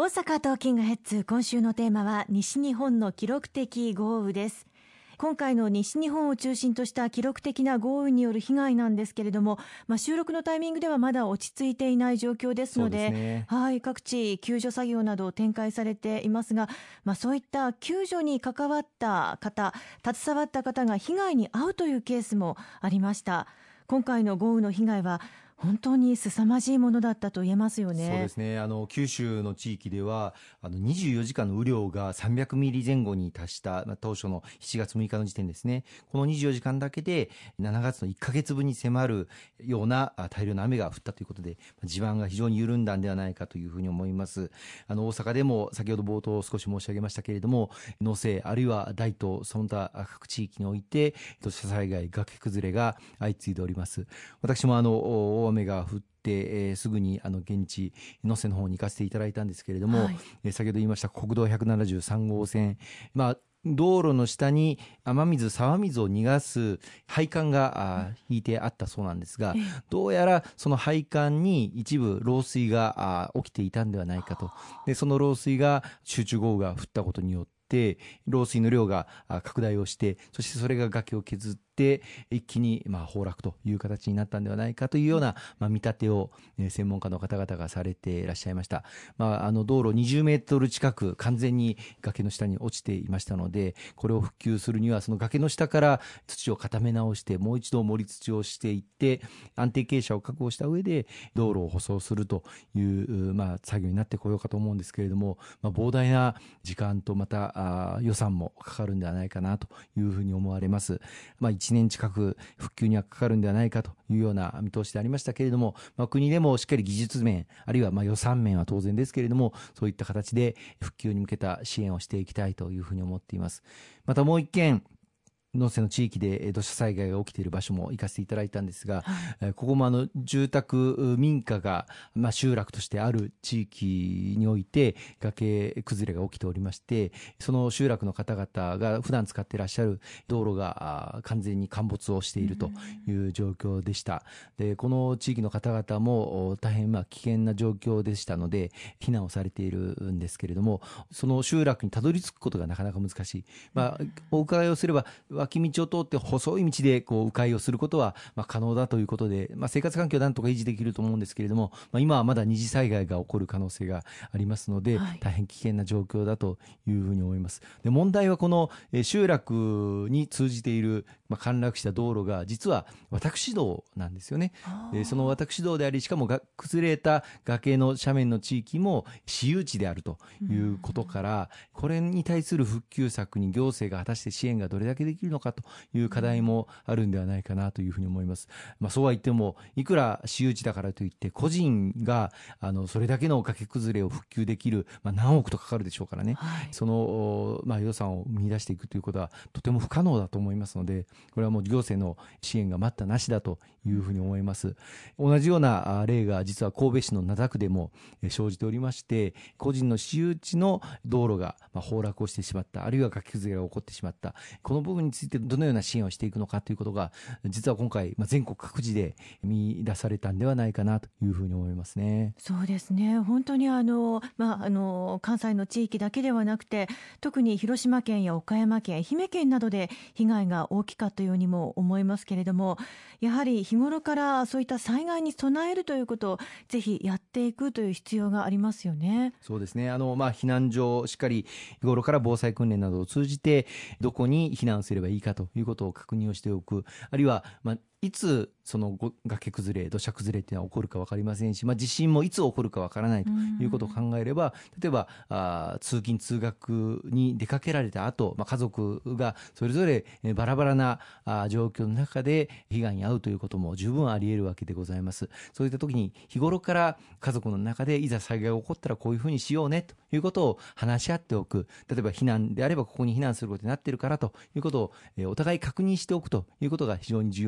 大阪トーキングヘッズ、今週のテーマは西日本の記録的豪雨です。今回の西日本を中心とした記録的な豪雨による被害なんですけれども、収録のタイミングではまだ落ち着いていない状況ですので、各地救助作業など展開されていますが、そういった救助に関わった方、携わった方が被害に遭うというケースもありました。今回の豪雨の被害は本当に凄まじいものだったと言えますよね。 そうですね。九州の地域では24時間の雨量が300ミリ前後に達した、当初の7月6日の時点ですね。この24時間だけで7月の1ヶ月分に迫るような大量の雨が降ったということで、地盤が非常に緩んだんではないかというふうに思います。大阪でも先ほど冒頭少し申し上げましたけれども、能勢あるいは大東その他各地域において土砂災害、崖崩れが相次いでおります。私も大雨が降ってすぐに現地能勢の方に行かせていただいたんですけれども、先ほど言いました国道173号線、道路の下に雨水、沢水を逃がす配管が引いてあったそうなんですが、どうやらその配管に一部漏水が起きていたんではないかと。でその漏水が集中豪雨が降ったことによって漏水の量が拡大をして、そしてそれが崖を削って一気に崩落という形になったんではないかというような見立てを専門家の方々がされていらっしゃいました。道路20メートル近く完全に崖の下に落ちていましたので、これを復旧するにはその崖の下から土を固め直して、もう一度盛り土をしていって安定傾斜を確保した上で道路を舗装するという作業になってこようかと思うんですけれども、膨大な時間とまた予算もかかるんではないかなというふうに思われます。1年近く復旧にはかかるんではないかというような見通しでありましたけれども、国でもしっかり技術面あるいは予算面は当然ですけれども、そういった形で復旧に向けた支援をしていきたいというふうに思っています。またもう一件、能勢の地域で土砂災害が起きている場所も行かせていただいたんですが、ここも住宅民家が集落としてある地域において崖崩れが起きておりまして、その集落の方々が普段使っていらっしゃる道路が完全に陥没をしているという状況でした。でこの地域の方々も大変危険な状況でしたので避難をされているんですけれども、その集落にたどり着くことがなかなか難しい。お伺いをすれば脇道を通って細い道で迂回をすることは可能だということで、生活環境はなんとか維持できると思うんですけれども、今はまだ二次災害が起こる可能性がありますので、大変危険な状況だというふうに思います。で問題はこの集落に通じている陥落した道路が実は私道なんですよね。その私道であり、しかも崩れた崖の斜面の地域も私有地であるということから、これに対する復旧策に行政が果たして支援がどれだけできるのかという課題もあるんではないかなというふうに思います。そうは言ってもいくら私有地だからといって個人がそれだけの崖崩れを復旧できる、何億とかかるでしょうからね、その予算を生み出していくということはとても不可能だと思いますので、これはもう行政の支援が待ったなしだというふうに思います。同じような例が実は神戸市の灘区でも生じておりまして、個人の私有地の道路が崩落をしてしまった、あるいは崖崩れが起こってしまった、この部分についてどのような支援をしていくのかということが実は今回全国各地で見出されたんではないかなというふうに思いますね。 そうですね。本当に関西の地域だけではなくて、特に広島県や岡山県、愛媛県などで被害が大きかったようにも思いますけれども、やはり日頃からそういった災害に備えるということをぜひやっていくという必要がありますよね。 そうですね。避難所をしっかり日頃から防災訓練などを通じてどこに避難すればいいかということを確認をしておく、あるいはいつその崖崩れ、土砂崩れっていうのは起こるか分かりませんし、地震もいつ起こるか分からないということを考えれば、例えば通勤通学に出かけられた後、家族がそれぞれバラバラな状況の中で被害に遭うということも十分あり得るわけでございます。そういった時に日頃から家族の中でいざ災害が起こったらこういうふうにしようねということを話し合っておく。例えば避難であればここに避難することになっているからということをお互い確認しておくということが非常に重要なんだと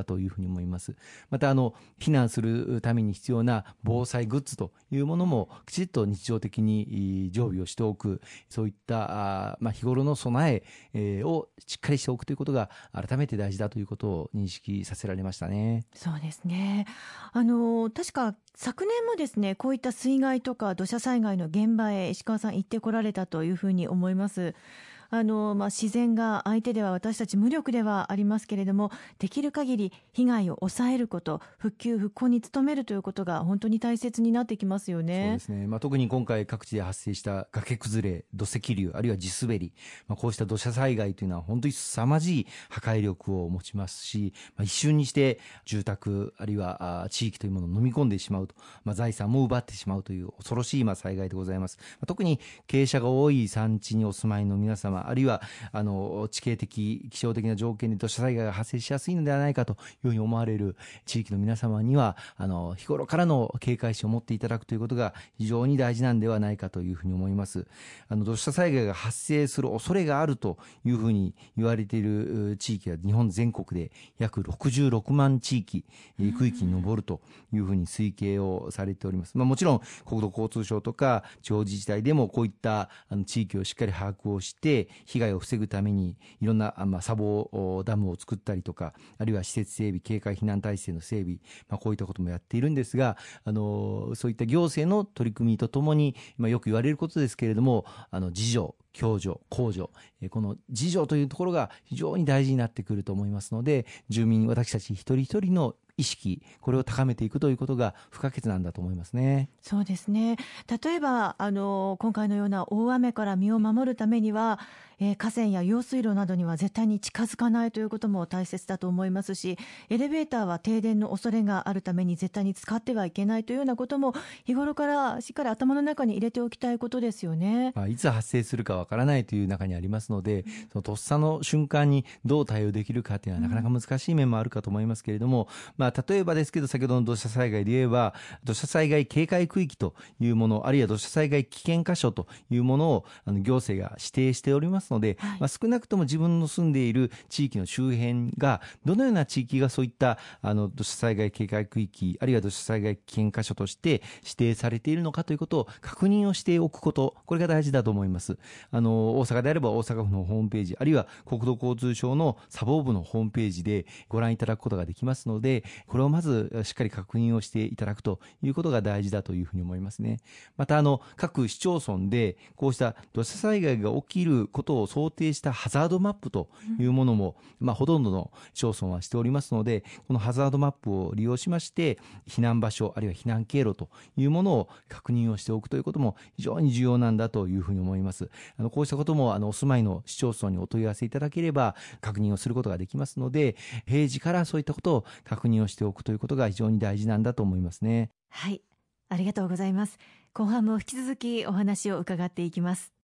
というふうに思います。また避難するために必要な防災グッズというものもきちっと日常的に常備をしておく、そういった日頃の備えをしっかりしておくということが改めて大事だということを認識させられましたね。 そうですね。確か昨年もですね、こういった水害とか土砂災害の現場へ石川さん行ってこられたというふうに思います。自然が相手では私たち無力ではありますけれども、できる限り被害を抑えること、復旧復興に努めるということが本当に大切になってきますよね。 そうですね。特に今回各地で発生した崖崩れ、土石流、あるいは地滑り、こうした土砂災害というのは本当に凄まじい破壊力を持ちますし、一瞬にして住宅あるいは地域というものを飲み込んでしまうと、財産も奪ってしまうという恐ろしい災害でございます。特に傾斜が多い山地にお住まいの皆様、あるいは地形的気象的な条件で土砂災害が発生しやすいのではないかというふうに思われる地域の皆様には日頃からの警戒心を持っていただくということが非常に大事なんではないかというふうに思います。土砂災害が発生する恐れがあるというふうに言われている地域は日本全国で約66万地域、区域に上るというふうに推計をされております。もちろん国土交通省とか地方自治体でもこういった地域をしっかり把握をして被害を防ぐためにいろんな砂防ダムを作ったりとか、あるいは施設整備、警戒避難体制の整備、こういったこともやっているんですが、そういった行政の取り組みとともに、よく言われることですけれども、自助、共助、公助、この自助というところが非常に大事になってくると思いますので、住民、私たち一人一人の意識、これを高めていくということが不可欠なんだと思いますね。 そうですね。例えば今回のような大雨から身を守るためには、河川や用水路などには絶対に近づかないということも大切だと思いますし、エレベーターは停電の恐れがあるために絶対に使ってはいけないというようなことも日頃からしっかり頭の中に入れておきたいことですよね。 いつ発生するかわからないという中にありますので、そのとっさの瞬間にどう対応できるかというのはなかなか難しい面もあるかと思いますけれども、例えばですけど、先ほどの土砂災害で言えば土砂災害警戒区域というもの、あるいは土砂災害危険箇所というものを行政が指定しておりますので、少なくとも自分の住んでいる地域の周辺がどのような地域がそういった土砂災害警戒区域、あるいは土砂災害危険箇所として指定されているのかということを確認をしておくこと、これが大事だと思います。大阪であれば大阪府のホームページ、あるいは国土交通省の砂防部のホームページでご覧いただくことができますので、これをまずしっかり確認をしていただくということが大事だというふうに思いますね。また各市町村でこうした土砂災害が起きることを想定したハザードマップというものも、ほとんどの市町村はしておりますので、このハザードマップを利用しまして避難場所、あるいは避難経路というものを確認をしておくということも非常に重要なんだというふうに思います。こうしたこともお住まいの市町村にお問い合わせいただければ確認をすることができますので、平時からそういったことを確認をしておくということが非常に大事なんだと思いますね。 はい、ありがとうございます。後半も引き続きお話を伺っていきます。